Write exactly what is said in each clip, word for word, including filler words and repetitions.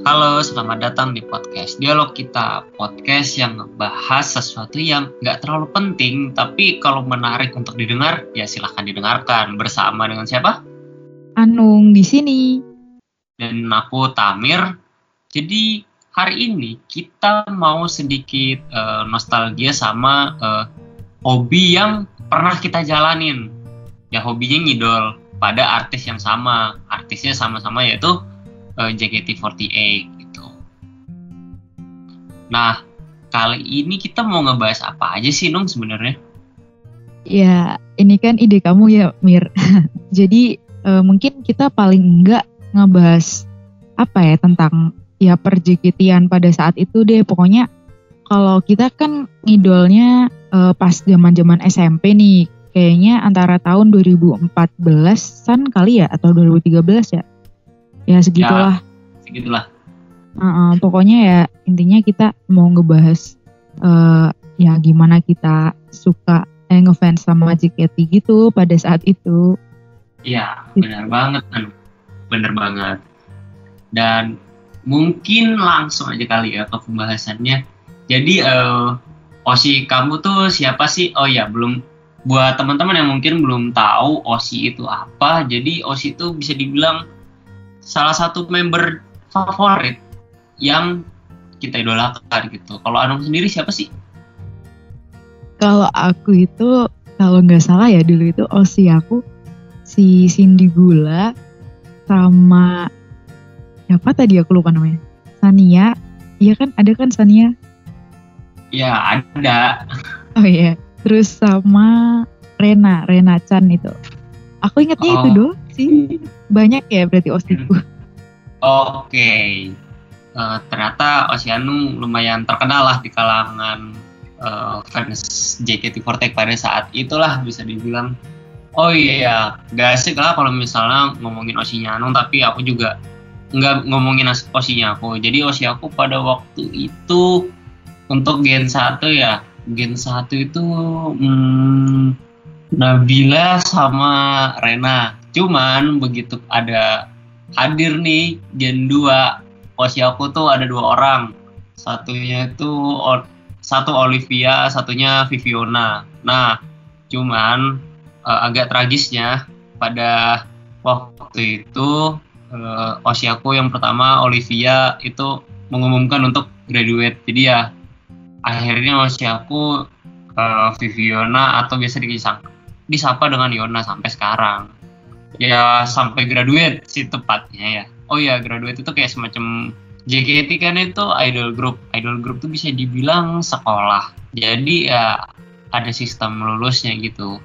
Halo, selamat datang di podcast Dialog Kita. Podcast yang ngebahas sesuatu yang nggak terlalu penting, tapi kalau menarik untuk didengar, ya silahkan didengarkan. Bersama dengan siapa? Anung di sini. Dan aku Tamir. Jadi hari ini kita mau sedikit uh, nostalgia sama uh, hobi yang pernah kita jalanin. Ya hobinya ngidol pada artis yang sama. Artisnya sama-sama yaitu J K T empat delapan gitu. Nah, kali ini kita mau ngebahas apa aja sih, Nung, sebenarnya? Ya, ini kan ide kamu ya, Mir. Jadi uh, mungkin kita paling enggak ngebahas apa ya tentang ya per J K T-an pada saat itu deh. Pokoknya kalau kita kan ngidolnya uh, pas zaman-zaman S M P nih, kayaknya antara tahun dua ribu empat belasan kali ya atau dua ribu tiga belas ya. Ya segitulah. Ya, segitulah. Uh-uh, pokoknya ya intinya kita mau ngebahas uh, ya gimana kita suka eh, ngefans sama J K T gitu pada saat itu. Iya, benar banget kan. Benar banget. Dan mungkin langsung aja kali ya ke pembahasannya. Jadi uh, Osi kamu tuh siapa sih? Oh ya, belum, buat teman-teman yang mungkin belum tahu Osi itu apa. Jadi Osi itu bisa dibilang salah satu member favorit yang kita idolakan gitu. Kalau Anung sendiri siapa sih? Kalau aku itu, kalau nggak salah ya dulu itu Osi aku si Cindy Gula sama siapa tadi aku lupa namanya. Sania, iya kan ada kan Sania? Ya ada. Oh iya, terus sama Rena, Rena Chan itu. Aku ingatnya oh. itu doang sih. Banyak ya berarti Osiku. Oke. Okay. Uh, ternyata Osianu lumayan terkenal lah di kalangan uh, fans J K T empat delapan pada saat itulah bisa dibilang. Oh iya, gak asik lah kalau misalnya ngomongin Osinya Anung, tapi aku juga nggak ngomongin Osinya aku. Jadi Osi aku pada waktu itu untuk Gen satu ya, Gen satu itu hmm, Nabila sama Rena. Cuman begitu ada hadir nih Gen dua, Osi aku tuh ada dua orang. Satunya itu satu Olivia, satunya Viviona. Nah, cuman uh, agak tragisnya pada waktu itu uh, Osi aku yang pertama Olivia itu mengumumkan untuk graduate. Jadi ya akhirnya Osi aku uh, Viviona atau biasa dikisah disapa dengan Yona sampai sekarang. Ya sampai graduate sih tepatnya ya. Oh ya, graduate itu kayak semacam J K T kan itu idol group. Idol group itu bisa dibilang sekolah. Jadi ya ada sistem lulusnya gitu.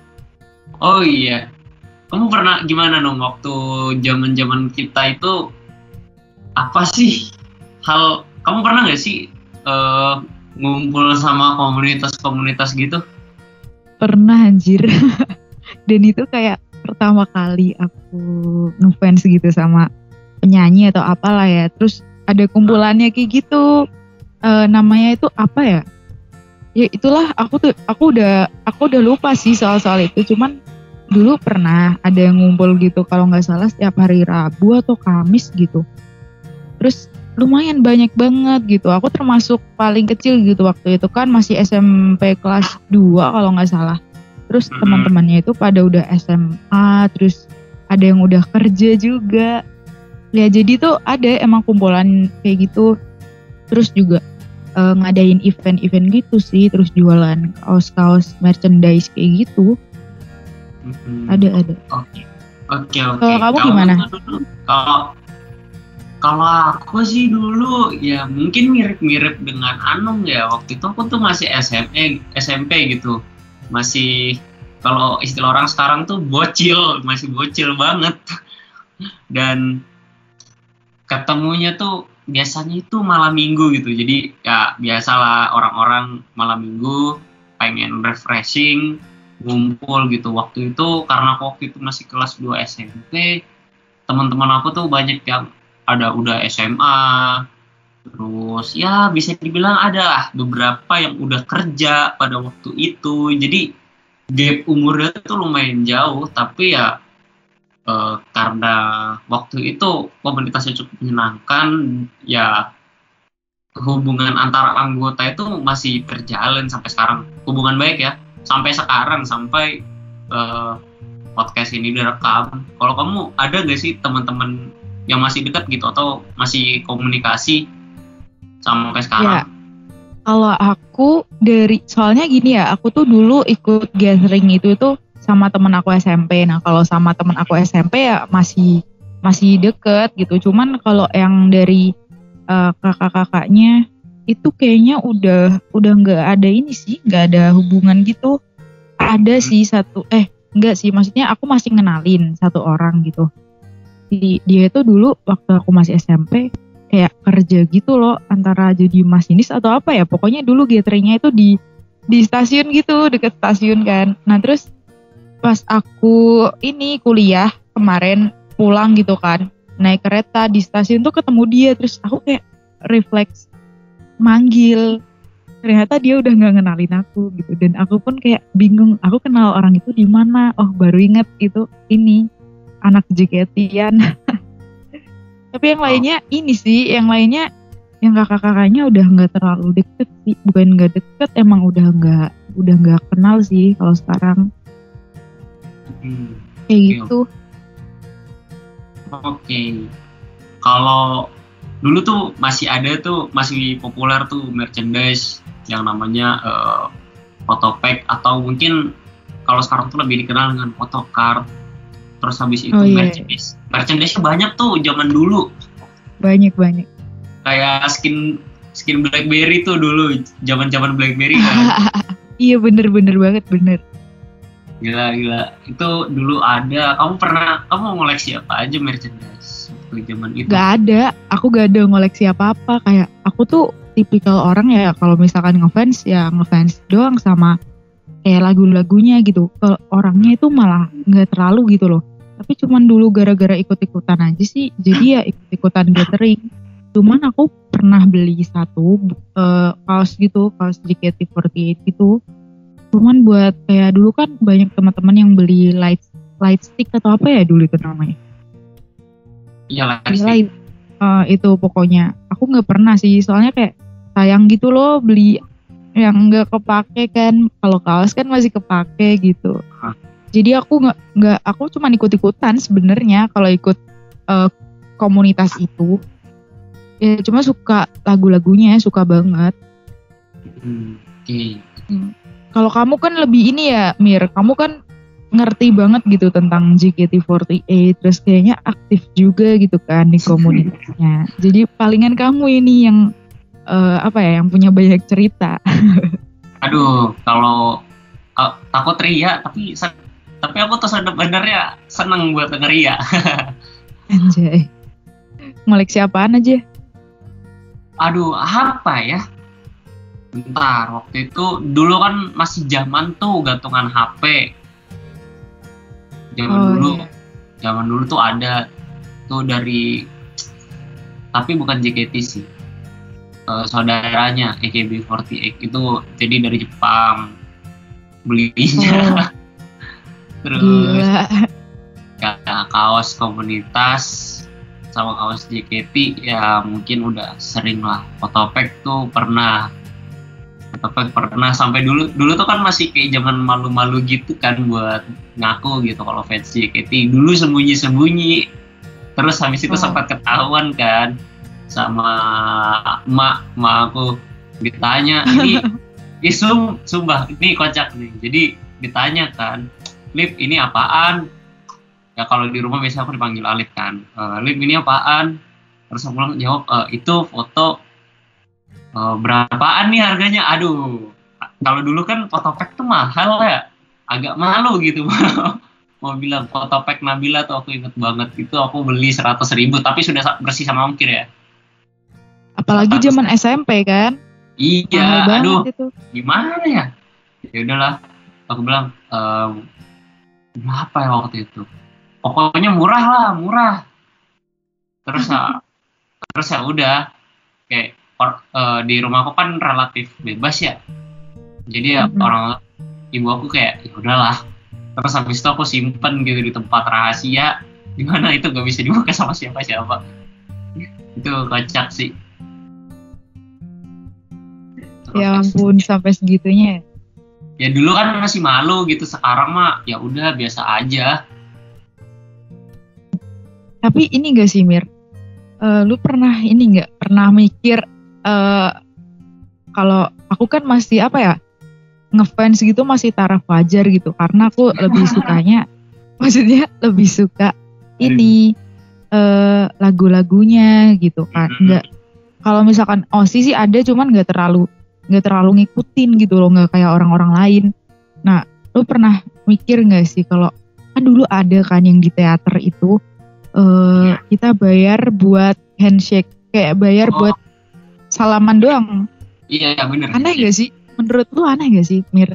Oh iya. Kamu pernah gimana dong waktu zaman-zaman kita itu apa sih hal kamu pernah nggak sih uh, ngumpul sama komunitas-komunitas gitu? Pernah anjir. Dan itu kayak pertama kali aku ngefans gitu sama penyanyi atau apalah ya. Terus ada kumpulannya kayak gitu. E, namanya itu apa ya? Ya itulah aku tuh aku udah aku udah lupa sih soal-soal itu. Cuman dulu pernah ada yang ngumpul gitu kalau nggak salah setiap hari Rabu atau Kamis gitu. Terus lumayan banyak banget gitu. Aku termasuk paling kecil gitu waktu itu kan masih S M P kelas dua kalau nggak salah. Terus mm-hmm. teman-temannya itu pada udah S M A, terus ada yang udah kerja juga. Ya jadi tuh ada emang kumpulan kayak gitu. Terus juga uh, ngadain event-event gitu sih, terus jualan kaos-kaos merchandise kayak gitu. Mm-hmm. Ada ada. Oke oke oke. Kalau kamu gimana? Kalau Kalau aku sih dulu ya mungkin mirip-mirip dengan Anung ya. Waktu itu aku tuh masih S M P, S M P gitu. Masih kalau istilah orang sekarang tuh bocil, masih bocil banget. Dan ketemunya tuh biasanya itu malam minggu gitu. Jadi ya biasalah orang-orang malam minggu pengen refreshing, ngumpul gitu. Waktu itu karena aku waktu itu masih kelas dua S M P, teman-teman aku tuh banyak yang ada udah S M A, terus ya bisa dibilang ada lah beberapa yang udah kerja pada waktu itu. Jadi gap umurnya tuh lumayan jauh, tapi ya uh, karena waktu itu komunitasnya cukup menyenangkan, ya hubungan antara anggota itu masih terjalin sampai sekarang, hubungan baik ya sampai sekarang, sampai uh, podcast ini direkam. Kalau kamu ada gak sih teman-teman yang masih dekat gitu atau masih komunikasi sampai sekarang? Ya, kalau aku dari soalnya gini ya, aku tuh dulu ikut gathering itu tuh sama temen aku S M P. Nah kalau sama temen aku S M P ya masih masih deket gitu. Cuman kalau yang dari uh, kakak-kakaknya itu kayaknya udah udah nggak ada ini sih, nggak ada hubungan gitu. Ada sih satu, eh enggak sih, maksudnya aku masih ngenalin satu orang gitu. Di, dia itu dulu waktu aku masih S M P kayak kerja gitu loh, antara jadi masinis atau apa ya. Pokoknya dulu gatheringnya itu di di stasiun gitu, deket stasiun kan. Nah terus pas aku ini kuliah kemarin pulang gitu kan, naik kereta di stasiun tuh ketemu dia. Terus aku kayak refleks manggil, ternyata dia udah nggak ngenalin aku gitu. Dan aku pun kayak bingung, aku kenal orang itu di mana. Oh baru inget itu ini anak J K T-an. Tapi yang lainnya ini sih, yang lainnya yang kakak-kakaknya udah nggak terlalu deket sih. Bukan nggak deket, emang udah nggak udah nggak kenal sih kalau sekarang. Hmm. Kayak Okay. gitu. Oke. Okay. Kalau dulu tuh masih ada tuh, masih populer tuh merchandise yang namanya uh, photopack, atau mungkin kalau sekarang tuh lebih dikenal dengan photocard. Terus habis itu Oh, iya. merchandise. Merchandise-nya banyak tuh zaman dulu. Banyak banyak. Kayak skin skin BlackBerry tuh dulu, zaman-zaman BlackBerry kan. Iya bener-bener banget, bener. Gila gila. Itu dulu ada. Kamu pernah kamu ngoleksi apa aja merchandise waktu zaman itu? Gak ada, aku gak ada ngoleksi apa-apa. Kayak aku tuh tipikal orang ya, kalau misalkan ngefans ya ngefans doang sama kayak lagu-lagunya gitu. Kalau orangnya itu malah gak terlalu gitu loh. Tapi cuman dulu gara-gara ikut-ikutan aja sih, jadi ya ikut-ikutan gathering. Cuman aku pernah beli satu uh, kaos gitu, kaos J K T empat delapan gitu. Cuman buat kayak dulu kan banyak teman-teman yang beli light light stick atau apa ya dulu itu namanya. Iya lah. Light uh, itu pokoknya. Aku nggak pernah sih, soalnya kayak sayang gitu loh beli yang nggak kepake kan. Kalau kaos kan masih kepake gitu. Hah. Jadi aku nggak nggak aku cuma ikut-ikutan sebenarnya kalau ikut uh, komunitas itu. Ya cuma suka lagu-lagunya, suka banget. Hmm, Oke. Okay. Hmm. Kalau kamu kan lebih ini ya, Mir, kamu kan ngerti banget gitu tentang J K T empat delapan, terus kayaknya aktif juga gitu kan di komunitasnya. Jadi palingan kamu ini yang uh, apa ya, yang punya banyak cerita. Aduh, kalau uh, takut ria, tapi tapi aku tuh sebenarnya seneng buat denger ria. Anjay. Ngoleksi apaan aja? Aduh, apa ya? Bentar, waktu itu dulu kan masih zaman tuh gantungan H P. Zaman Oh, dulu, iya. zaman dulu tuh ada tuh dari, tapi bukan J K T sih, uh, saudaranya A K B empat delapan itu, jadi dari Jepang belinya. Oh, Terus gila. kayak kaos komunitas sama kaos J K T ya mungkin udah sering lah. Photopack tuh pernah. Photopack pernah, sampai dulu dulu tuh kan masih kayak zaman malu-malu gitu kan buat ngaku gitu kalau fans J K T. Dulu sembunyi-sembunyi. Terus habis itu Oh. sempat ketahuan kan sama emak, emak aku ditanya, ini ini sum, sumpah ini kocak nih. Jadi ditanya kan, Lip ini apaan? Ya kalau di rumah biasanya aku dipanggil Alif kan. E, Lip ini apaan? Terus aku bilang, jawab, e, itu foto. E, berapaan nih harganya? Aduh, kalau dulu kan Photopack tuh mahal ya. Agak malu gitu. Mau bilang Photopack Nabila tuh aku inget banget. Itu aku beli seratus ribu, tapi sudah bersih sama ongkir ya. Apalagi zaman S M P kan? Mahal Iya, banget aduh, itu. gimana ya? Ya udahlah, aku bilang, ehm, berapa ya waktu itu? Pokoknya murah lah, murah. Terus ya, terus ya udah, kayak or- eh, di rumahku kan relatif bebas ya. Jadi ya Mhm. orang ibu aku kayak, ya udahlah. Terus habis itu aku simpen gitu di tempat rahasia. Gimana itu gak bisa dibuka sama siapa-siapa. Itu kocak sih. Terus, Ya ampun, sampai segitunya. ya dulu kan masih malu gitu, sekarang mah ya udah biasa aja. Tapi ini gak sih Mir, uh, lu pernah ini gak, pernah mikir uh, kalau aku kan masih apa ya, ngefans gitu masih taraf wajar gitu, karena aku lebih sukanya, maksudnya lebih suka ini uh, lagu-lagunya gitu kan. Nggak, kalau misalkan Osi sih ada, cuman nggak terlalu nggak terlalu ngikutin gitu loh, nggak kayak orang-orang lain. Nah, lu pernah mikir nggak sih kalau kan dulu ada kan yang di teater itu uh, kita bayar buat handshake, kayak bayar Oh. buat salaman doang. Iya, ya, bener. Aneh gak sih? Menurut lu aneh gak sih, Mir?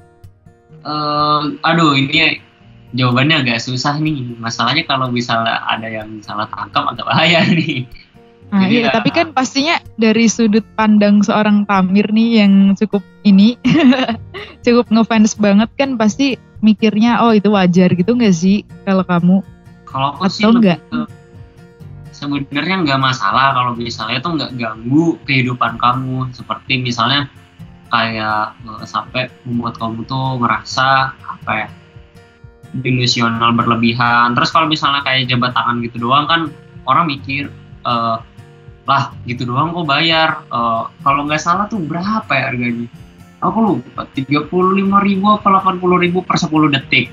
Uh, aduh, ini jawabannya agak susah nih. Masalahnya kalau misalnya ada yang salah tangkap agak bahaya nih. Nah, Jadi iya, ya, tapi kan pastinya dari sudut pandang seorang Tamir nih yang cukup ini, cukup ngefans banget kan, pasti mikirnya oh itu wajar gitu gak sih kalau kamu? kalau aku sih Atau lebih enggak? ke sebenarnya nggak masalah kalau misalnya itu nggak ganggu kehidupan kamu, seperti misalnya kayak uh, sampai membuat kamu tuh ngerasa apa ya, delusional berlebihan. Terus kalau misalnya kayak jabat tangan gitu doang kan orang mikir uh, lah gitu doang kok bayar, uh, kalau nggak salah tuh berapa ya harganya, aku lupa, tiga puluh lima ribu apa delapan puluh ribu per sepuluh detik.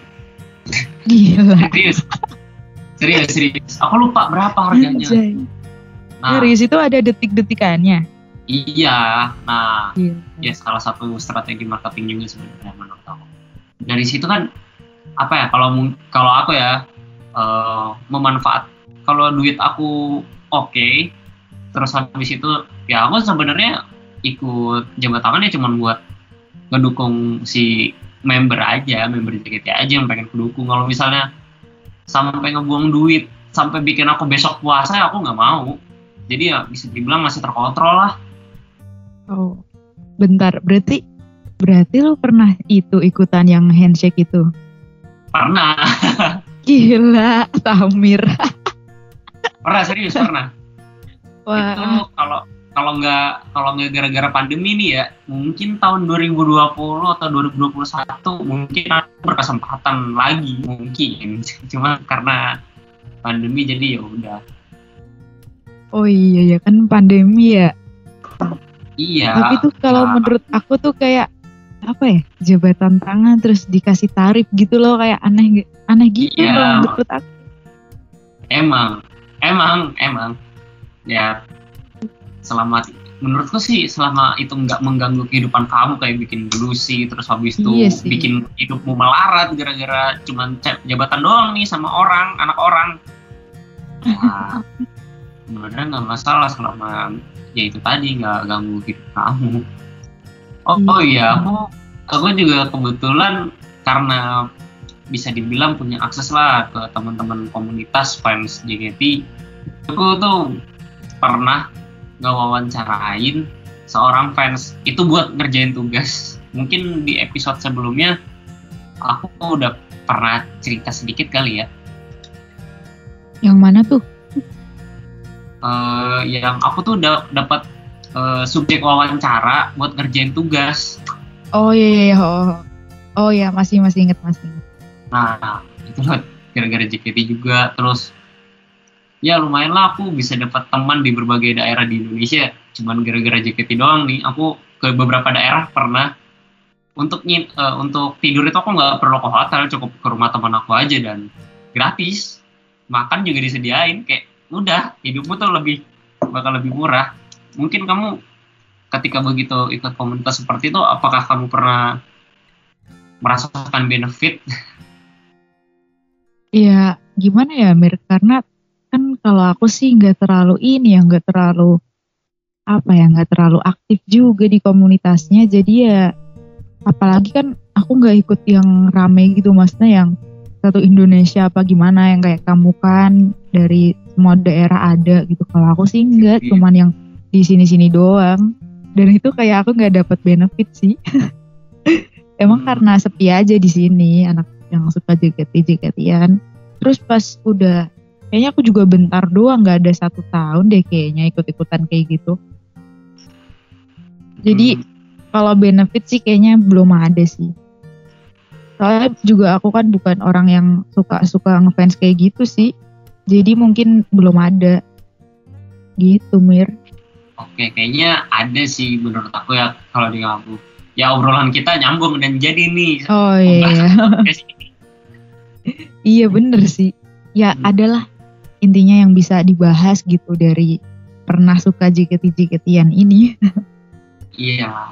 Gila. Serius serius serius aku lupa berapa harganya. Anjay. Nah, Serius itu ada detik-detikannya. iya, nah Gila. ya salah satu strategi marketing juga sebenarnya menurut aku. Dari situ kan apa ya, kalau kalau aku ya uh, memanfaat, kalau duit aku oke, okay, terus habis itu ya aku sebenarnya ikut jabat tangannya cuma buat ngedukung si member aja, member J K T aja yang pengen kedukung. Kalau misalnya sampai ngebuang duit sampai bikin aku besok puasa, aku nggak mau. Jadi ya bisa dibilang masih terkontrol lah. Oh, bentar, berarti berarti lu pernah itu ikutan yang handshake itu? Pernah. Gila, Tamir. Pernah, serius pernah. Wah. Itu kalau kalau nggak kalau nggak gara-gara pandemi nih ya, mungkin tahun dua ribu dua puluh atau dua ribu dua puluh satu mungkin aku berkesempatan lagi mungkin. Cuma karena pandemi jadi ya udah. Oh iya ya, kan pandemi ya. Iya. Tapi tuh kalau nah, menurut aku tuh kayak apa ya, jabatan tangan terus dikasih tarif gitu loh, kayak aneh aneh gitu Iya. loh menurut aku. Emang, emang, emang. Ya, selama menurutku sih selama itu nggak mengganggu kehidupan kamu kayak bikin delusi, terus habis itu Iya sih. bikin hidupmu melarat gara-gara cuman jabatan doang nih sama orang, anak orang. Nah, sebenarnya nggak masalah selama ya itu tadi nggak ganggu hidup kamu. Oh, oh iya, aku, aku juga kebetulan karena bisa dibilang punya akses lah ke teman-teman komunitas fans J K T. Aku tuh pernah ngewawancarain seorang fans itu buat ngerjain tugas. Mungkin di episode sebelumnya aku udah pernah cerita sedikit kali ya. Yang mana tuh? Uh, yang aku tuh udah dapat uh, subjek wawancara buat ngerjain tugas. Oh iya iya oh, oh ya masih masih inget masih inget. Nah itu loh gara-gara J K T juga, terus ya lumayan lah aku bisa dapat teman di berbagai daerah di Indonesia. Cuman gara-gara J K T doang nih, aku ke beberapa daerah pernah untuk nyit, uh, untuk tidur itu aku nggak perlu ke hotel, cukup ke rumah teman aku aja dan gratis. Makan juga disediain, kayak udah hidupmu tuh lebih bakal lebih murah. Mungkin kamu ketika begitu ikut komunitas seperti itu, apakah kamu pernah merasakan benefit? Iya gimana ya Mir, karena kan kalau aku sih nggak terlalu ini ya, nggak terlalu apa ya, nggak terlalu aktif juga di komunitasnya. Jadi ya apalagi kan aku nggak ikut yang rame gitu, maksudnya yang satu Indonesia apa gimana, yang kayak kamu kan dari semua daerah ada gitu. Kalau aku sih enggak, cuman yang di sini-sini doang. Dan itu kayak aku nggak dapat benefit sih. Emang hmm. karena sepi aja di sini, anak yang suka J K T J K T-an. Terus pas udah, kayaknya aku juga bentar doang, nggak ada satu tahun deh kayaknya ikut-ikutan kayak gitu. Jadi Hmm. kalau benefit sih kayaknya belum ada sih. Soalnya juga aku kan bukan orang yang suka-suka ngefans kayak gitu sih. Jadi mungkin belum ada. Gitu Mir. Oke, kayaknya ada sih menurut aku ya kalau di aku. Ya obrolan kita nyambung dan jadi nih Oh iya. pembahasan ini. Iya bener sih. Ya Hmm. adalah intinya yang bisa dibahas gitu dari pernah suka J K T-J K T-an ini. Iya.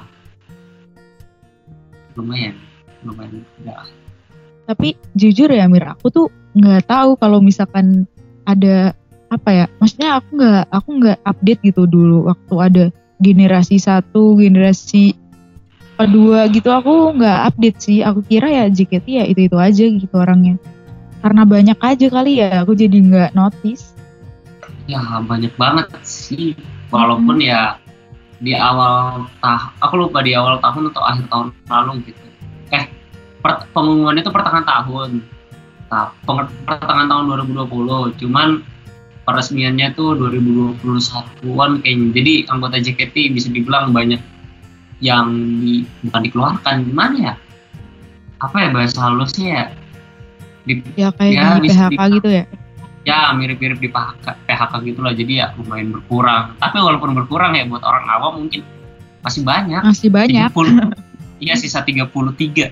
Lumayan, lumayan. Ya. Tapi jujur ya Mir, aku tuh nggak tahu kalau misalkan ada apa ya, maksudnya aku nggak aku nggak update gitu dulu waktu ada generasi satu, generasi kedua gitu, aku nggak update sih. Aku kira ya J K T ya itu itu aja gitu orangnya. Karena banyak aja kali ya, aku jadi nggak notice. Ya banyak banget sih. Walaupun hmm. ya di awal tahun, aku lupa di awal tahun atau akhir tahun lalu gitu. Eh, per, pengumuman itu pertengahan tahun. Nah, pertengahan tahun dua ribu dua puluh. Cuman peresmiannya tuh dua ribu dua puluh satuan kayaknya. Jadi anggota J K T bisa dibilang banyak yang di, bukan dikeluarkan, gimana ya? Apa ya bahasa halusnya ya? Di, ya kayak ya, di P H K di, gitu ya? Ya mirip-mirip di P H K gitu lah. Jadi ya lumayan berkurang. Tapi walaupun berkurang ya buat orang awam mungkin masih banyak. Masih banyak. Iya sisa tiga puluh tiga.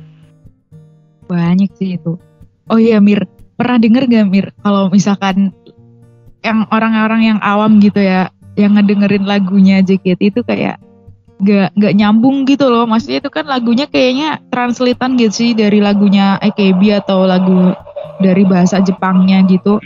Banyak sih itu. Oh iya Mir, pernah denger gak Mir kalau misalkan yang orang-orang yang awam gitu ya, yang ngedengerin lagunya J K T itu kayak gak, gak nyambung gitu loh. Maksudnya itu kan lagunya kayaknya translatean gitu sih dari lagunya A K B atau lagu dari bahasa Jepangnya gitu.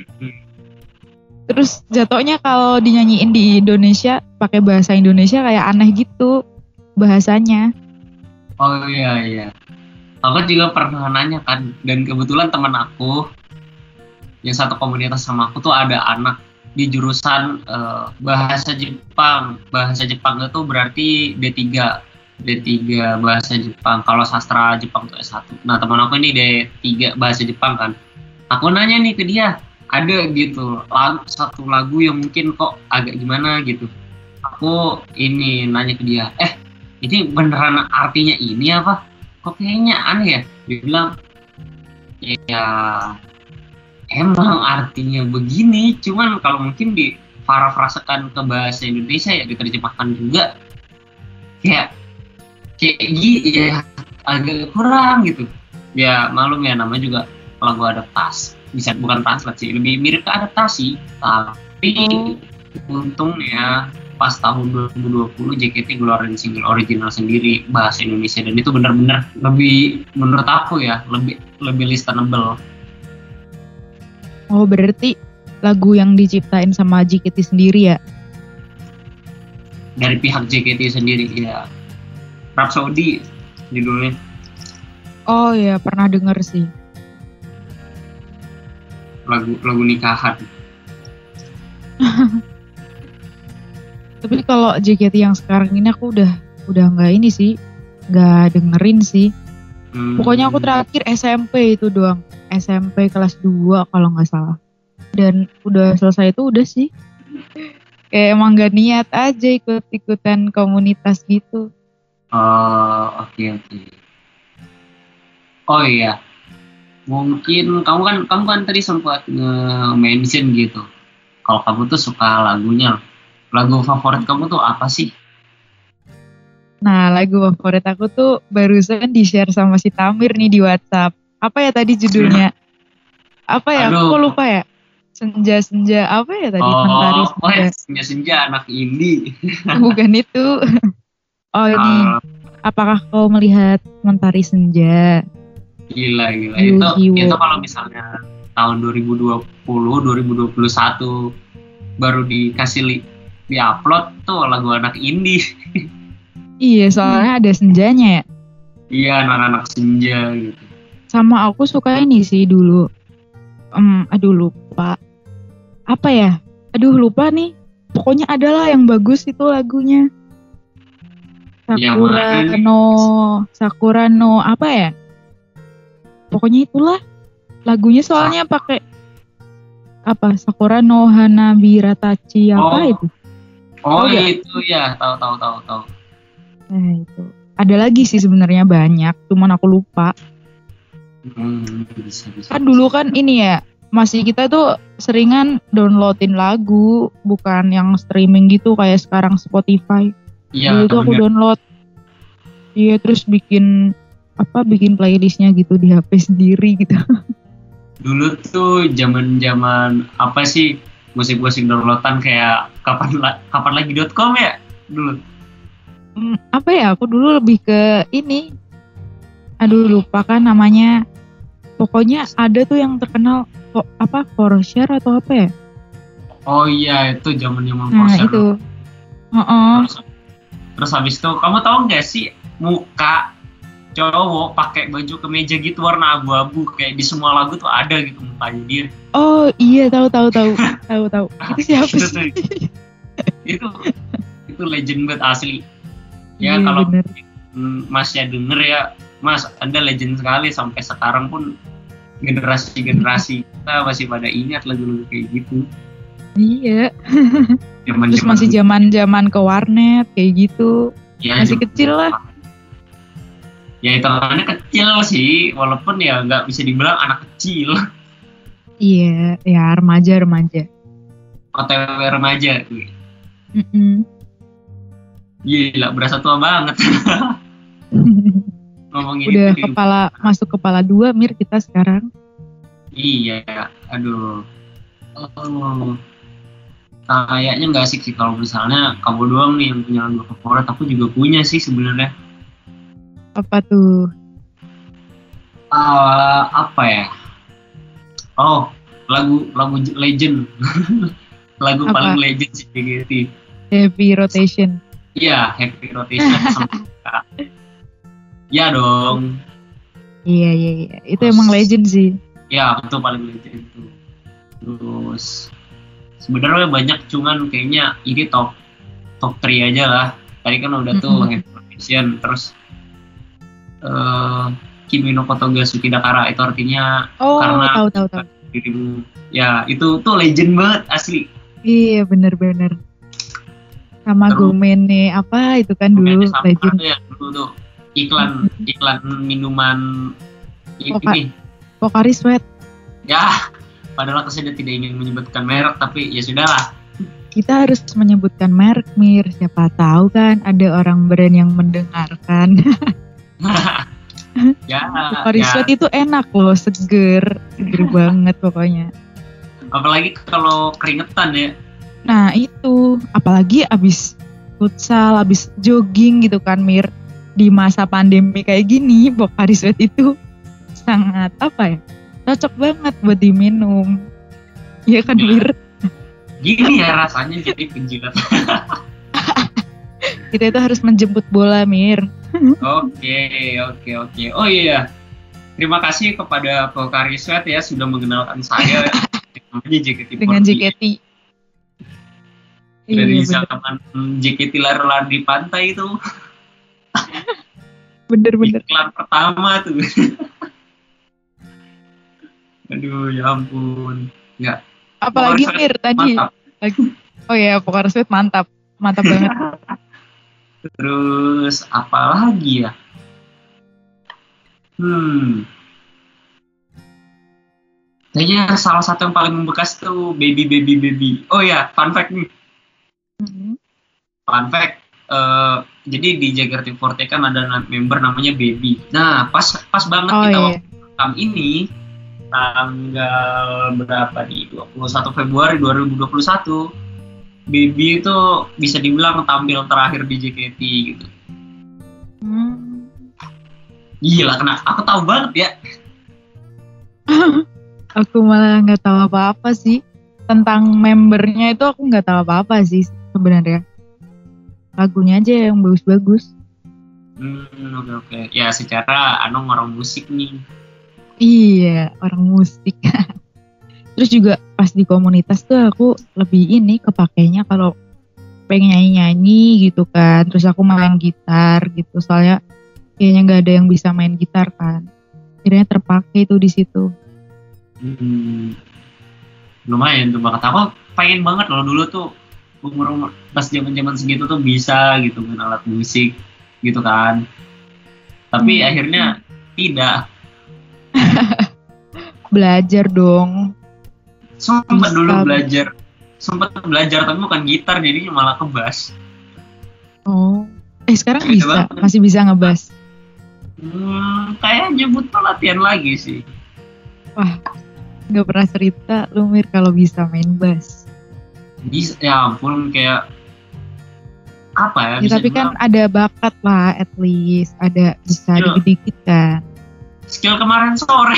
Terus jatuhnya kalau dinyanyiin di Indonesia pakai bahasa Indonesia kayak aneh gitu bahasanya. Oh iya iya. Aku juga pernah nanya kan, dan kebetulan teman aku yang satu komunitas sama aku tuh ada anak di jurusan uh, bahasa Jepang. Bahasa Jepang itu berarti D tiga. D tiga bahasa Jepang. Kalau sastra Jepang tuh S satu. Nah, teman aku ini D tiga bahasa Jepang kan. Aku nanya nih ke dia, ada gitu lagu, satu lagu yang mungkin kok agak gimana gitu. Aku ini nanya ke dia, eh ini beneran artinya ini apa? Kok kayaknya aneh ya? Dia bilang, ya emang artinya begini, cuman kalau mungkin diparafrasekan ke bahasa Indonesia ya diterjemahkan juga kayak kayak gitu ya, agak kurang gitu. Ya malum ya, namanya juga lagu adaptasi, bisa bukan translate sih, lebih mirip ke adaptasi. Tapi untungnya pas tahun dua ribu dua puluh J K T ngeluarin single original sendiri bahasa Indonesia, dan itu benar-benar lebih, menurut aku ya, lebih lebih listenable. Oh berarti lagu yang diciptain sama J K T sendiri ya? Dari pihak J K T sendiri ya. Rhapsody judulnya. Oh ya, pernah denger sih. Lagu lagu nikahan. Tapi kalau J K T yang sekarang ini aku udah udah nggak ini sih, nggak dengerin sih. Hmm. Pokoknya aku terakhir S M P itu doang, S M P kelas dua kalau nggak salah. Dan udah selesai itu udah sih. Kayak emang gak niat aja ikut-ikutan komunitas gitu. Oh oke okay, oke. Okay. Oh iya. Mungkin kamu kan kamu kan tadi sempat nge-mention gitu. Kalau kamu tuh suka lagunya. Lagu favorit kamu tuh apa sih? Nah, lagu favorit aku tuh barusan di-share sama si Tamir nih di WhatsApp. Apa ya tadi judulnya? Apa ya? Aduh. Aku lupa ya. Senja-senja apa ya tadi? Oh, Mentari Senja. Oh, senja-senja anak indie. Bukan itu. Oh ini. Uh, Apakah kau melihat Mentari Senja? Gila gila. Itu itu kalau misalnya tahun dua ribu dua puluh dua ribu dua puluh satu baru dikasih li, di-upload tuh lagu anak indie. Iya, soalnya ada senjanya ya. Iya, anak-anak senja gitu. Sama aku suka ini sih dulu. Um, aduh lupa. Apa ya? Aduh lupa nih. Pokoknya adalah yang bagus itu lagunya. Sakura no, Sakura no apa ya? Pokoknya itulah Lagunya soalnya pakai apa? Sakura no Hanabira Tachi apa Oh, itu? oh Tahu nggak? itu ya, tahu tahu tahu tahu. Nah itu. Ada lagi sih sebenarnya banyak, cuman aku lupa. Hmm, bisa bisa. Kan dulu kan ini ya, masih kita tuh seringan downloadin lagu, bukan yang streaming gitu kayak sekarang Spotify. Dulu Iya, tuh aku bener. download, iya terus bikin apa, bikin playlistnya gitu di H P sendiri gitu. Dulu tuh zaman-zaman apa sih, musik-musik downloadan kayak kapan la- kapan lagi dot com ya dulu. Hmm, apa ya? Aku dulu lebih ke ini. Aduh lupa kan namanya. Pokoknya ada tuh yang terkenal kok apa Forshare atau apa ya? Oh iya, itu zaman-zaman Nah Corsair. itu. Heeh. Terus, terus habis itu kamu tahu nggak sih muka cowok pakai baju kemeja gitu warna abu-abu kayak di semua lagu tuh ada gitu mukanya dia. Oh iya, tahu tahu tahu tahu tahu. Itu siapa Itu sih? tuh, itu itu legend banget asli. Ya Iya kalau bener. mm, Mas ya denger ya, Mas Anda legend sekali sampai sekarang pun generasi-generasi kita masih pada ingat lagu-lagu kayak gitu. Iya. Zaman Terus masih zaman-zaman ke warnet kayak gitu. ya, Masih zaman- kecil lah. Ya hitungannya kecil sih, walaupun ya nggak bisa dibilang anak kecil. Iya, ya remaja remaja. O T W remaja tuh. Mm-mm. Gila, berasa tua banget ngomongin Udah itu. di- kepala masuk kepala dua Mir kita sekarang. Iya, aduh. Oh, kayaknya nggak asik sih kalau misalnya kamu doang nih yang punya lagu favorit. Aku juga punya sih sebenarnya. Apa tuh? Ah, apa ya? Oh, lagu lagu legend. Lagu Apa? paling legend sih J K T. Heavy rotation. Iya, Happy Rotation sama Kak. Ya dong. Iya iya iya. Itu Terus- emang legend sih. Ya, itu paling legend itu. Terus sebenarnya banyak, cuman kayaknya ini top top tiga aja lah. Tadi kan udah tuh Mm-mm. Happy Rotation, terus eh Kimi no Kotoga Dakara, itu artinya Oh karena tahu tahu tahu. dirimu. Ya, itu tuh legend banget asli. Iya bener-bener. Sama Terus- Gomene apa itu kan Kayaknya dulu sama legend. tuh ya dulu tuh iklan iklan minuman Poka- ini. Pocari Sweat. Ya, padahal aku sudah tidak ingin menyebutkan merek, tapi ya sudahlah. Kita harus menyebutkan merek Mir. Siapa tahu kan ada orang brand yang mendengarkan. Ya, Pocari ya. Sweat itu enak loh, seger, seger banget pokoknya. Apalagi kalau keringetan ya. Nah itu, apalagi abis futsal, abis jogging gitu kan Mir. Di masa pandemi kayak gini, Pocari Sweat itu sangat apa ya, cocok banget buat diminum. Iya kan Mir? Gini ya rasanya jadi penjilat. Kita itu harus menjemput bola Mir. Oke, oke, oke. Oh iya, terima kasih kepada Pocari Sweat ya sudah mengenalkan saya namanya J K T Dengan J K T. Dari Iya zaman J K T lari-lari di pantai itu. bener-bener. Iklan pertama tuh. Aduh, ya ampun. Ya, Apalagi Pocari Mir tadi. mantap. Lagi- Oh ya, Pocari Sweat mantap. Mantap banget. Terus apa lagi ya? Hmm. Kayaknya salah satu yang paling membekas tuh Baby Baby Baby. Oh ya, fun fact nih. Mhm. Fun fact. eh, jadi di J K T empat puluh kan ada member namanya Baby. Nah, pas pas banget Oh kita iya. waktu rekam ini tanggal berapa nih? dua puluh satu Februari dua ribu dua puluh satu. Baby itu bisa dibilang tampil terakhir di J K T gitu. Hmm. Gila, kena aku tahu banget ya. Aku malah nggak tahu apa-apa sih tentang membernya itu. Aku nggak tahu apa-apa sih sebenarnya. Lagunya aja yang bagus-bagus. Hmm, oke oke. Ya secara Anong orang musik nih. Iya, orang musik. Terus juga pas di komunitas tuh aku lebih ini kepakainya kalau pengen nyanyi-nyanyi gitu kan. Terus aku main gitar gitu. Soalnya kayaknya nggak ada yang bisa main gitar kan. Akhirnya terpakai tuh di situ. Hmm, lumayan tuh banget. Aku pengen banget loh dulu tuh umur pas zaman-zaman segitu tuh bisa gitu main alat musik gitu kan. Tapi Hmm. akhirnya tidak. Belajar dong. Sempat Bisa. dulu belajar, sempat belajar tapi bukan gitar, jadi malah ke bass. Oh, eh sekarang Beda bisa, banget. masih bisa ngebass. Hmm, kayaknya butuh latihan lagi sih. Wah, nggak pernah cerita lu Mir kalau bisa main bass. Bisa, ya ampun, kayak apa ya? Ya, Bisa tapi kan dibilang ada bakat lah, at least ada bisa skill, dikit-dikit kan. skill kemarin sore.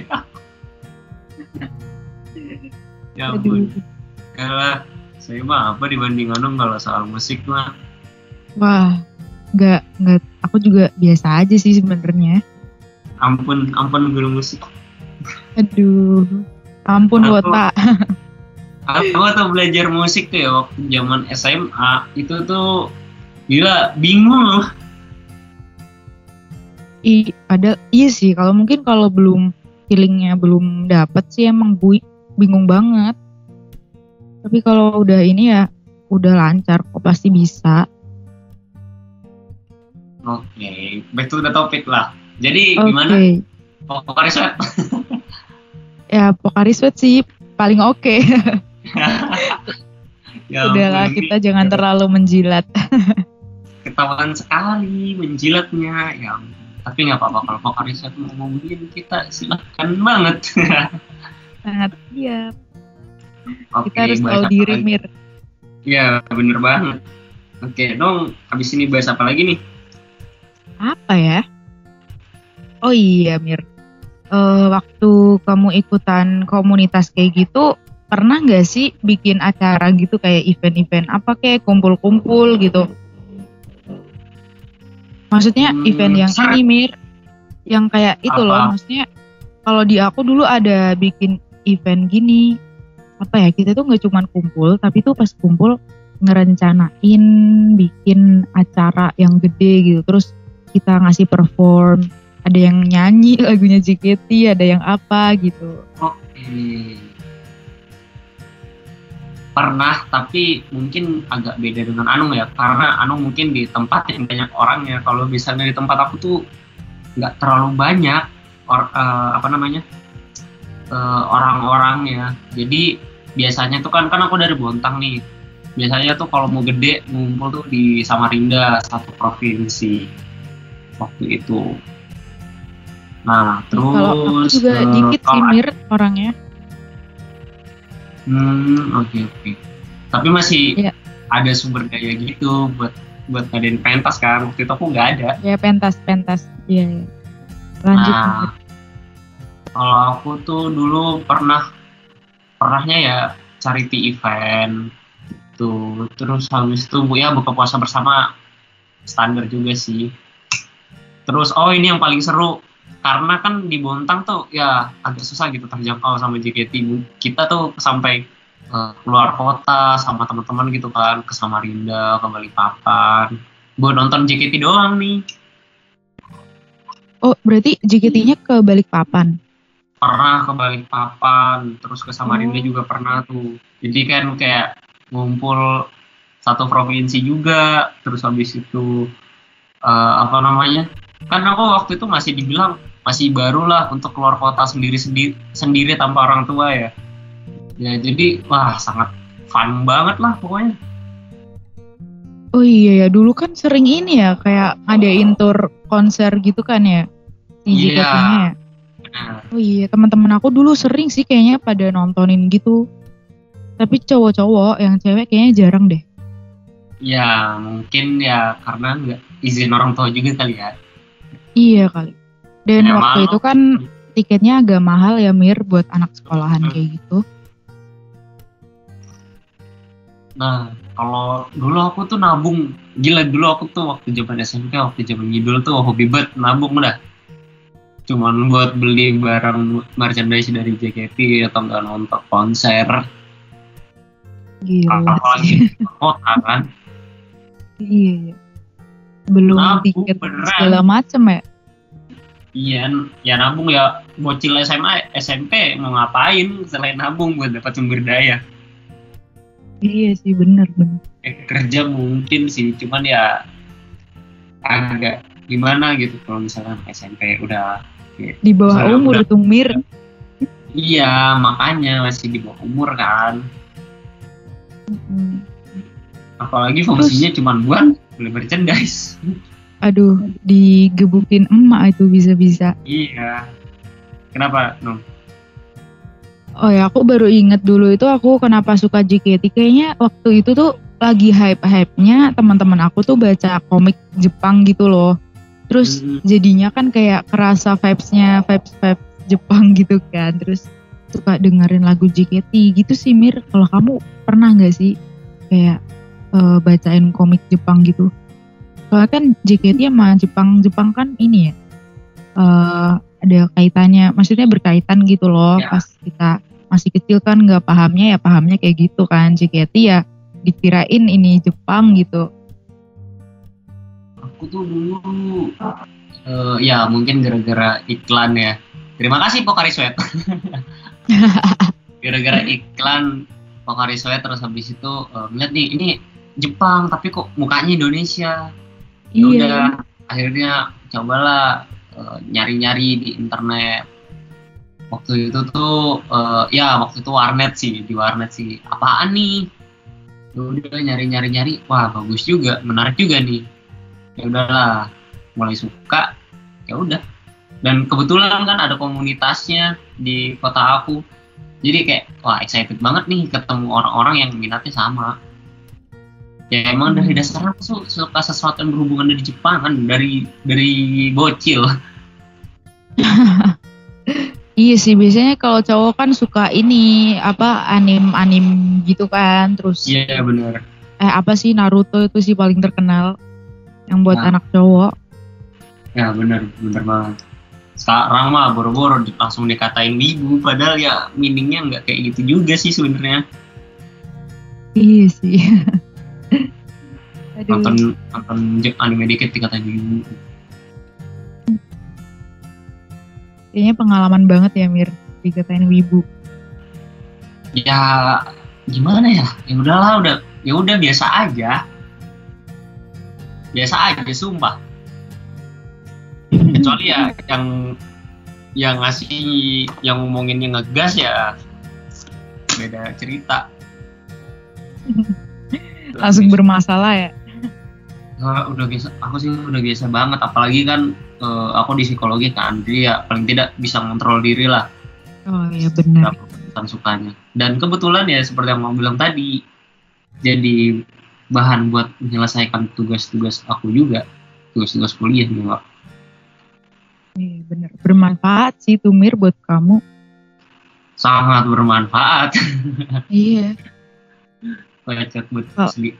Ya Aduh, ampun, kalah. Saya mah apa dibanding Anung kalau soal musik mah. wah, nggak nggak. Aku juga biasa aja sih sebenarnya. Ampun, ampun guru musik. Aduh, ampun Aku, Wota. aku tuh belajar musik tuh ya waktu zaman S M A itu tuh gila bingung loh. I, ada, iya sih. Kalau mungkin kalau belum feelingnya belum dapet sih emang bu, bingung banget. Tapi kalau udah ini ya udah lancar kok, pasti bisa. Oke, okay. Back to the topic lah. Jadi Oke. gimana? Pokari Sweat. Ya Pokari Sweat sih paling oke. Okay. Ya, udahlah kita jangan terlalu menjilat. Ketahuan sekali menjilatnya. Ya, tapi nggak apa-apa kalau Pokari Sweat mau ngomongin kita silahkan banget. Sangat siap. Oke, kita harus tahu diri lagi. Mir. Ya bener banget. Oke dong, habis ini bahas apa lagi nih? Apa ya? Oh iya Mir, uh, waktu kamu ikutan komunitas kayak gitu, pernah nggak sih bikin acara gitu kayak event-event apa kayak kumpul-kumpul gitu? Maksudnya Hmm, event yang sering. ini Mir, yang kayak itu Apa? loh. Maksudnya kalau di aku dulu ada bikin event gini, apa ya, kita tuh nggak cuma kumpul, tapi tuh pas kumpul ngerencanain bikin acara yang gede gitu, terus kita ngasih perform, ada yang nyanyi lagunya J K T, ada yang apa gitu. Oke. Pernah, tapi mungkin agak beda dengan Anung ya, karena Anung mungkin di tempat yang banyak orangnya. Kalau misalnya di tempat aku tuh nggak terlalu banyak or, uh, apa namanya uh, orang-orangnya. Jadi biasanya tuh kan kan aku dari Bontang nih. Biasanya tuh kalau mau gede ngumpul tuh di Samarinda, satu provinsi waktu itu. Nah terus Kalau aku juga uh, dikit sih kalau Mir orangnya. Hmm, oke okay, oke. Okay. Tapi masih Ya. ada sumber daya gitu buat buat ngadain pentas kan. Waktu itu aku nggak ada. Ya pentas pentas. Iya. Ya. Lanjut. Nah, kalau aku tuh dulu pernah pernahnya ya charity event tuh. Terus habis itu ya buka puasa bersama standar juga sih. Terus oh ini yang paling seru. Karena kan di Bontang tuh ya agak susah gitu terjangkau sama J K T. Kita tuh sampai uh, keluar kota sama teman-teman gitu kan, ke Samarinda, ke Balikpapan buat nonton J K T doang nih. Oh berarti J K T-nya ke Balikpapan? Pernah ke Balikpapan, terus ke Samarinda oh. juga pernah tuh. Jadi kan kayak ngumpul satu provinsi juga. Terus habis itu uh, apa namanya, kan aku waktu itu masih dibilang masih baru lah untuk keluar kota sendiri-sendiri sendiri tanpa orang tua ya. Ya jadi wah sangat fun banget lah pokoknya. Oh iya ya, dulu kan sering ini ya kayak ngadain tour konser gitu kan ya si J K T-nya ya. Nah. Oh iya, teman-teman aku dulu sering sih kayaknya pada nontonin gitu. Tapi cowok-cowok, yang cewek kayaknya jarang deh. Ya mungkin ya karena nggak izin orang tua juga kali ya. Iya kali. Dan ya, waktu malu. itu kan tiketnya agak mahal ya Mir buat anak sekolahan hmm. kayak gitu. Nah kalau dulu aku tuh nabung, gila dulu aku tuh waktu zaman S M P, waktu zaman ngidul tuh hobi banget nabung dah. Cuman buat beli barang merchandise dari J K T atau nggak nonton konser. Gila apalagi kota kan. Iya. Belum nabung, tiket beneran. Segala macem ya. Iya, ya nabung ya, bocil S M A, S M P mau ngapain selain nabung buat dapat sumber daya. Iya sih, bener bener. Eh, kerja mungkin sih, cuman ya agak gimana gitu kalau misalkan S M P udah ya, Di bawah misalnya umur udah, tuh Mir. iya makanya masih di bawah umur kan, Hmm. apalagi fungsinya cuma buat beli merchandise. Aduh, digebukin emak itu bisa-bisa. Iya, kenapa Nung? Oh ya, aku baru inget dulu itu aku kenapa suka J K T. Kayaknya waktu itu tuh lagi hype-hype-nya teman-teman aku tuh baca komik Jepang gitu loh. Terus Hmm. jadinya kan kayak kerasa vibes-nya, vibes-vibes Jepang gitu kan. Terus suka dengerin lagu J K T gitu sih Mir. Kalau kamu pernah gak sih kayak eh, bacain komik Jepang gitu? Soalnya kan J K T sama Jepang-Jepang kan ini ya, eh, ada kaitannya, maksudnya berkaitan gitu loh. Ya. Pas kita masih kecil kan nggak pahamnya ya pahamnya kayak gitu kan. J K T ya dikirain ini Jepang gitu. Aku tuh dulu eh, ya mungkin gara-gara iklan ya. Terima kasih Pocari Sweat. Gara-gara iklan Pocari Sweat terus habis itu eh, ngeliat nih ini Jepang tapi kok mukanya Indonesia. Ya udah Iya. akhirnya cobalah eh, nyari-nyari di internet. Waktu itu tuh eh, ya waktu itu warnet sih, di warnet sih. Apaan nih? Ya udah nyari-nyari nyari, wah bagus juga, menarik juga nih. Ya udahlah, mulai suka. Ya udah. Dan kebetulan kan ada komunitasnya di kota aku. Jadi kayak wah excited banget nih ketemu orang-orang yang minatnya sama. Ya emang dari dasarnya aku su- suka sesuatu yang berhubungan dari Jepang kan, dari dari bocil. Iya sih, biasanya kalau cowok kan suka ini apa anim-anim gitu kan. Terus Iya benar. eh apa sih Naruto itu sih paling terkenal yang buat Nah. anak cowok. Ya benar, benar banget. Sekarang mah boro-boro di- langsung dikatain wibu, padahal ya meaningnya nggak kayak gitu juga sih sebenarnya. Iya sih. Aduh. Nonton nonton j- anime dikit dikatain wibu. Kayaknya pengalaman banget ya Mir dikatain wibu. Ya gimana ya? Ya udahlah, udah ya udah biasa aja. Biasa aja sumpah. Kecuali ya yang yang ngasih yang ngomonginnya ngegas ya beda cerita. Langsung bermasalah ya. Nah, udah biasa, aku sih udah biasa banget, apalagi kan eh, aku di psikologi kan, jadi ya paling tidak bisa mengontrol diri lah Oh iya benar. tentang sukanya. Dan kebetulan ya seperti yang mau bilang tadi, jadi bahan buat menyelesaikan tugas-tugas aku juga, tugas-tugas kuliah juga. Iya benar. Bermanfaat sih tuh Mir buat kamu. Sangat bermanfaat. Iya. Lecet buat Oh. asli.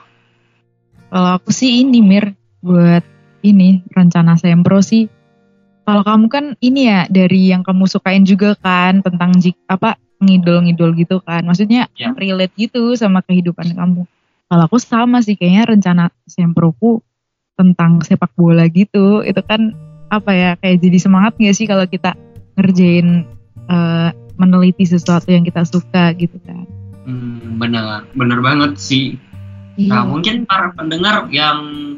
Kalau aku sih ini Mir buat ini rencana sempro sih. Kalau kamu kan ini ya dari yang kamu sukain juga kan tentang jik, apa ngidol-ngidol gitu kan. Maksudnya Ya. relate gitu sama kehidupan kamu. Kalau aku sama sih kayaknya rencana semproku tentang sepak bola gitu. Itu kan apa ya kayak jadi semangat gak sih kalau kita ngerjain eh, meneliti sesuatu yang kita suka gitu kan. Hmm, benar, benar banget sih. Iya. Nah, mungkin para pendengar yang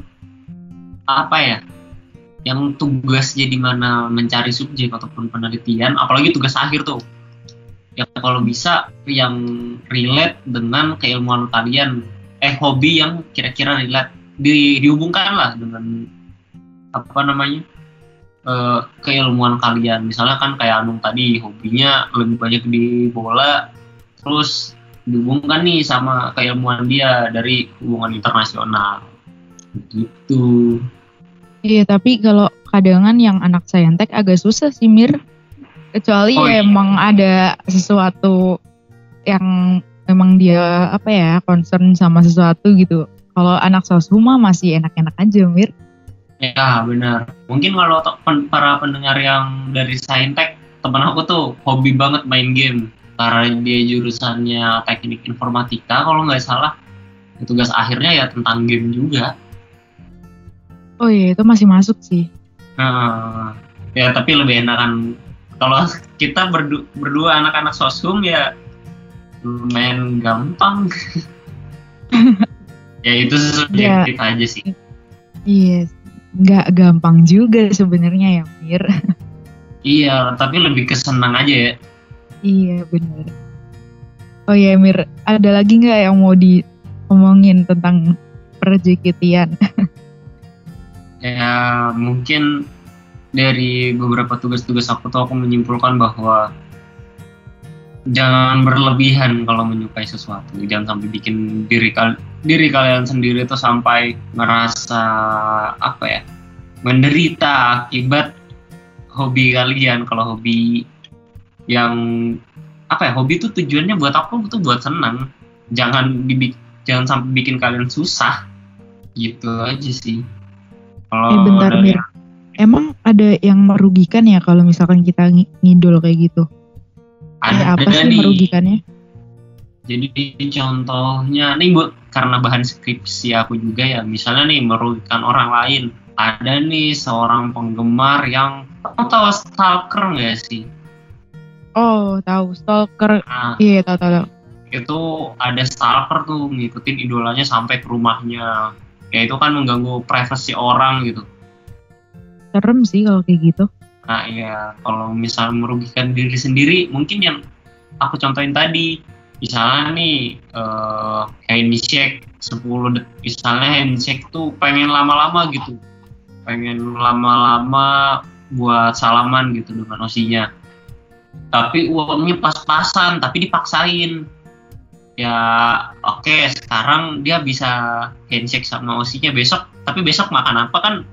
apa ya, yang tugasnya di mana mencari subjek ataupun penelitian, apalagi tugas akhir tuh, ya kalau bisa yang relate dengan keilmuan kalian, eh hobi yang kira-kira relate, di, dihubungkan lah dengan apa namanya eh, keilmuan kalian. Misalnya kan kayak Anung tadi hobinya lebih banyak di bola, terus dihubungkan nih sama keilmuan dia dari hubungan internasional gitu. Iya tapi kalau kadangan yang anak saintek agak susah sih Mir. Kecuali Oh, iya. emang ada sesuatu yang memang dia apa ya concern sama sesuatu gitu. Kalau anak soshuma masih enak-enak aja Mir. Ya benar. Mungkin kalau to- pen- para pendengar yang dari Saintek, teman aku tuh hobi banget main game. Karena dia jurusannya teknik informatika, kalau nggak salah, tugas akhirnya ya tentang game juga. Oh iya itu masih masuk sih. Nah, Ya tapi lebih enakan kalau kita berdu- berdua anak-anak sosum ya lumayan gampang. Ya itu subjektif Ya, aja sih. iya, nggak gampang juga sebenarnya ya Mir. Iya, tapi lebih kesenang aja ya. Iya bener. Oh ya Mir, ada lagi nggak yang mau diomongin tentang per-J K T-an? Ya mungkin dari beberapa tugas-tugas aku tuh aku menyimpulkan bahwa jangan berlebihan kalau menyukai sesuatu. Jangan sampai bikin diri kal diri kalian sendiri tuh sampai ngerasa apa ya, menderita akibat hobi kalian. Kalau hobi yang apa ya, hobi itu tujuannya buat aku tuh buat senang. Jangan dibik jangan sampai bikin kalian susah. Gitu aja sih. Kalau Eh bentar dari Mir, emang ada yang merugikan ya kalau misalkan kita ng- ngidol kayak gitu? Kayak apa ada sih nih. merugikannya? Jadi contohnya nih buat karena bahan skripsi aku juga ya, misalnya nih merugikan orang lain. Ada nih seorang penggemar yang kamu tahu stalker nggak sih? Oh tahu, stalker. Nah, Iya tahu tahu. tahu. itu ada stalker tuh ngikutin idolanya sampai ke rumahnya. Ya itu kan mengganggu privasi orang gitu. Serem sih kalau kayak gitu. Nah ya kalau misal merugikan diri sendiri mungkin yang aku contohin tadi, misalnya nih eh, handshake sepuluh detik, misalnya handshake tuh pengen lama-lama gitu, pengen lama-lama buat salaman gitu dengan osinya, tapi uangnya pas-pasan tapi dipaksain. Ya oke, sekarang dia bisa handshake sama osinya besok, tapi besok makan apa kan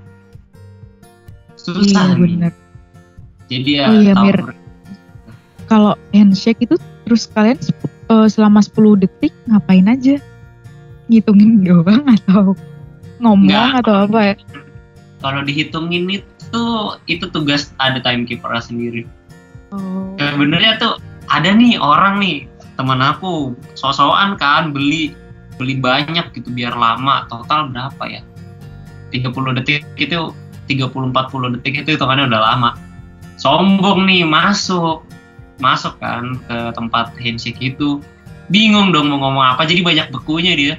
susah Iya nih. bener. Jadi ya Oh iya tahu Mir, kalau handshake itu terus kalian sep- eh, selama sepuluh detik ngapain aja? Ngitungin doang atau ngomong Nggak. atau apa ya? Kalau dihitungin itu itu tugas ada timekeeper sendiri. Oh, Sebenarnya tuh ada nih orang nih teman aku so-soan kan beli beli banyak gitu biar lama, total berapa ya, tiga puluh detik itu, tiga puluh empat puluh detik itu hitungannya udah lama. Sombong nih masuk masuk kan ke tempat handshake itu, bingung dong mau ngomong apa, jadi banyak bekunya dia.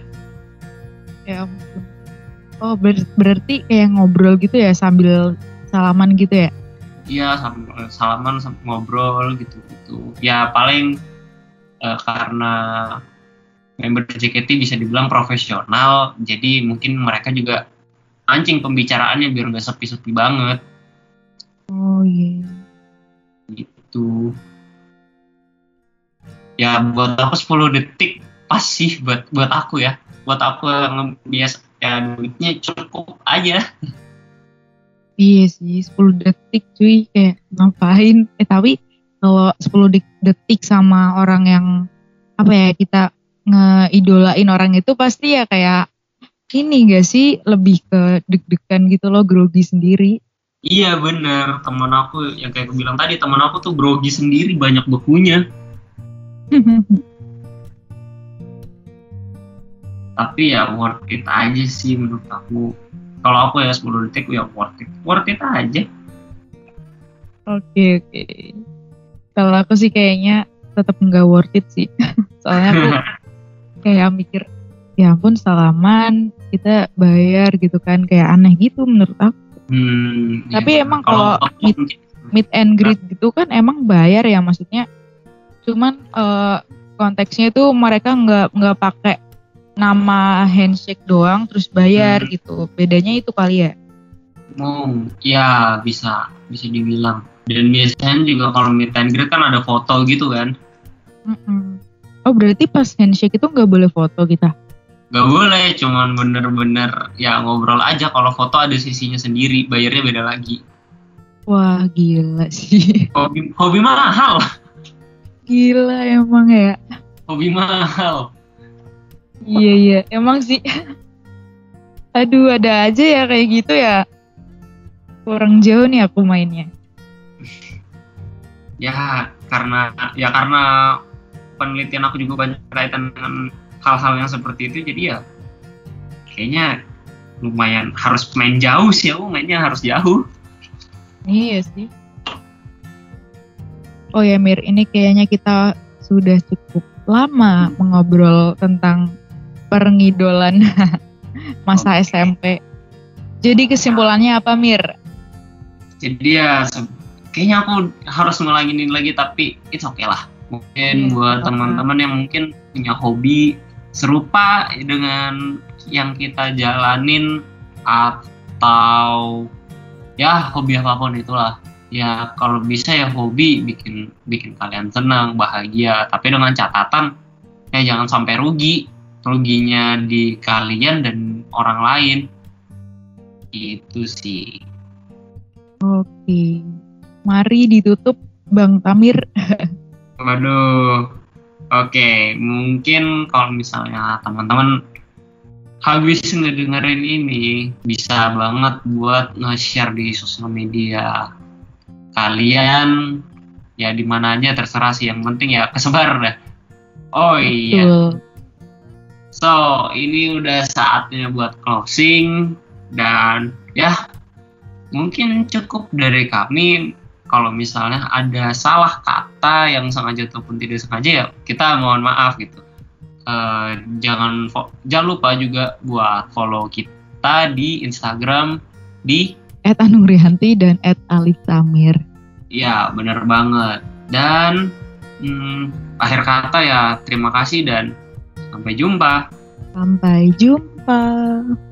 ya ampun. Oh ber- berarti kayak ngobrol gitu ya sambil salaman gitu ya? Iya, sam- salaman sam- ngobrol gitu-gitu. Ya paling eh, karena member J K T bisa dibilang profesional, jadi mungkin mereka juga anjing pembicaraannya biar nggak sepi-sepi banget Oh iya. gitu. Ya buat aku sepuluh detik pas sih buat buat aku ya. Buat aku yang biasa ya duitnya cukup aja. Iya sih, sepuluh detik cuy, kayak ngapain? Eh tapi kalau sepuluh de- detik sama orang yang apa ya, kita ngeidolain orang itu pasti ya kayak ini gak sih, lebih ke deg-degan gitu loh, grogi sendiri. Iya bener, teman aku yang kayak aku bilang tadi, teman aku tuh grogi sendiri, banyak bekunya. Tapi ya worth it aja sih menurut aku. Kalau aku ya sepuluh detik ya worth it. Worth it aja. Oke oke. Kalau aku sih kayaknya tetap nggak worth it sih. Soalnya aku kayak mikir, ya ampun salaman kita bayar gitu kan, kayak aneh gitu menurut aku. Hmm, Tapi ya, emang kalau meet, mungkin meet and greet gitu kan emang bayar ya, maksudnya. Cuman eh, konteksnya itu mereka nggak nggak pakai nama handshake doang terus bayar Hmm. gitu. Bedanya itu kali ya. oh, ya bisa bisa dibilang. Dan biasanya juga kalau meet and greet kan ada foto gitu kan. Mm-mm. Oh berarti pas handshake itu nggak boleh foto kita? Gak boleh, cuman bener-bener ya ngobrol aja. Kalau foto ada sisinya sendiri, bayarnya beda lagi. Wah gila sih. Hobi, hobi mahal, Gila emang ya. hobi mahal. Iya iya emang sih. Aduh ada aja ya kayak gitu ya. Kurang jauh nih aku mainnya. Ya karena ya karena penelitian aku juga banyak kaitan dengan hal-hal yang seperti itu, jadi ya kayaknya lumayan harus main jauh sih, aku mainnya harus jauh. Iya sih. Oh ya Mir, ini kayaknya kita sudah cukup lama mengobrol tentang pengidolan masa Oke. S M P. Jadi kesimpulannya apa Mir? Jadi ya se- kayaknya aku harus ngulangin ini lagi, tapi it's okay lah. Mungkin Iya, buat apa-apa. teman-teman yang mungkin punya hobi serupa dengan yang kita jalanin, atau ya hobi apapun itulah. Ya kalau bisa ya hobi bikin bikin kalian senang, bahagia, tapi dengan catatan ya jangan sampai rugi. Ruginya di kalian dan orang lain. Itu sih. Oke. Mari ditutup Bang Tamir. Waduh. Oke, mungkin kalau misalnya teman-teman habis ngedengerin ini, bisa banget buat nge-share di sosial media kalian, ya di mana aja terserah sih, yang penting ya kesebar dah. Oh iya, Betul. so ini udah saatnya buat closing, dan ya mungkin cukup dari kami. Kalau misalnya ada salah kata yang sengaja ataupun tidak sengaja, ya kita mohon maaf gitu. Eh, jangan fo- jangan lupa juga buat follow kita di Instagram di, Et Anungrihanti dan Et Alif Tamir. ya bener banget. Dan hmm, akhir kata ya terima kasih dan sampai jumpa. Sampai jumpa.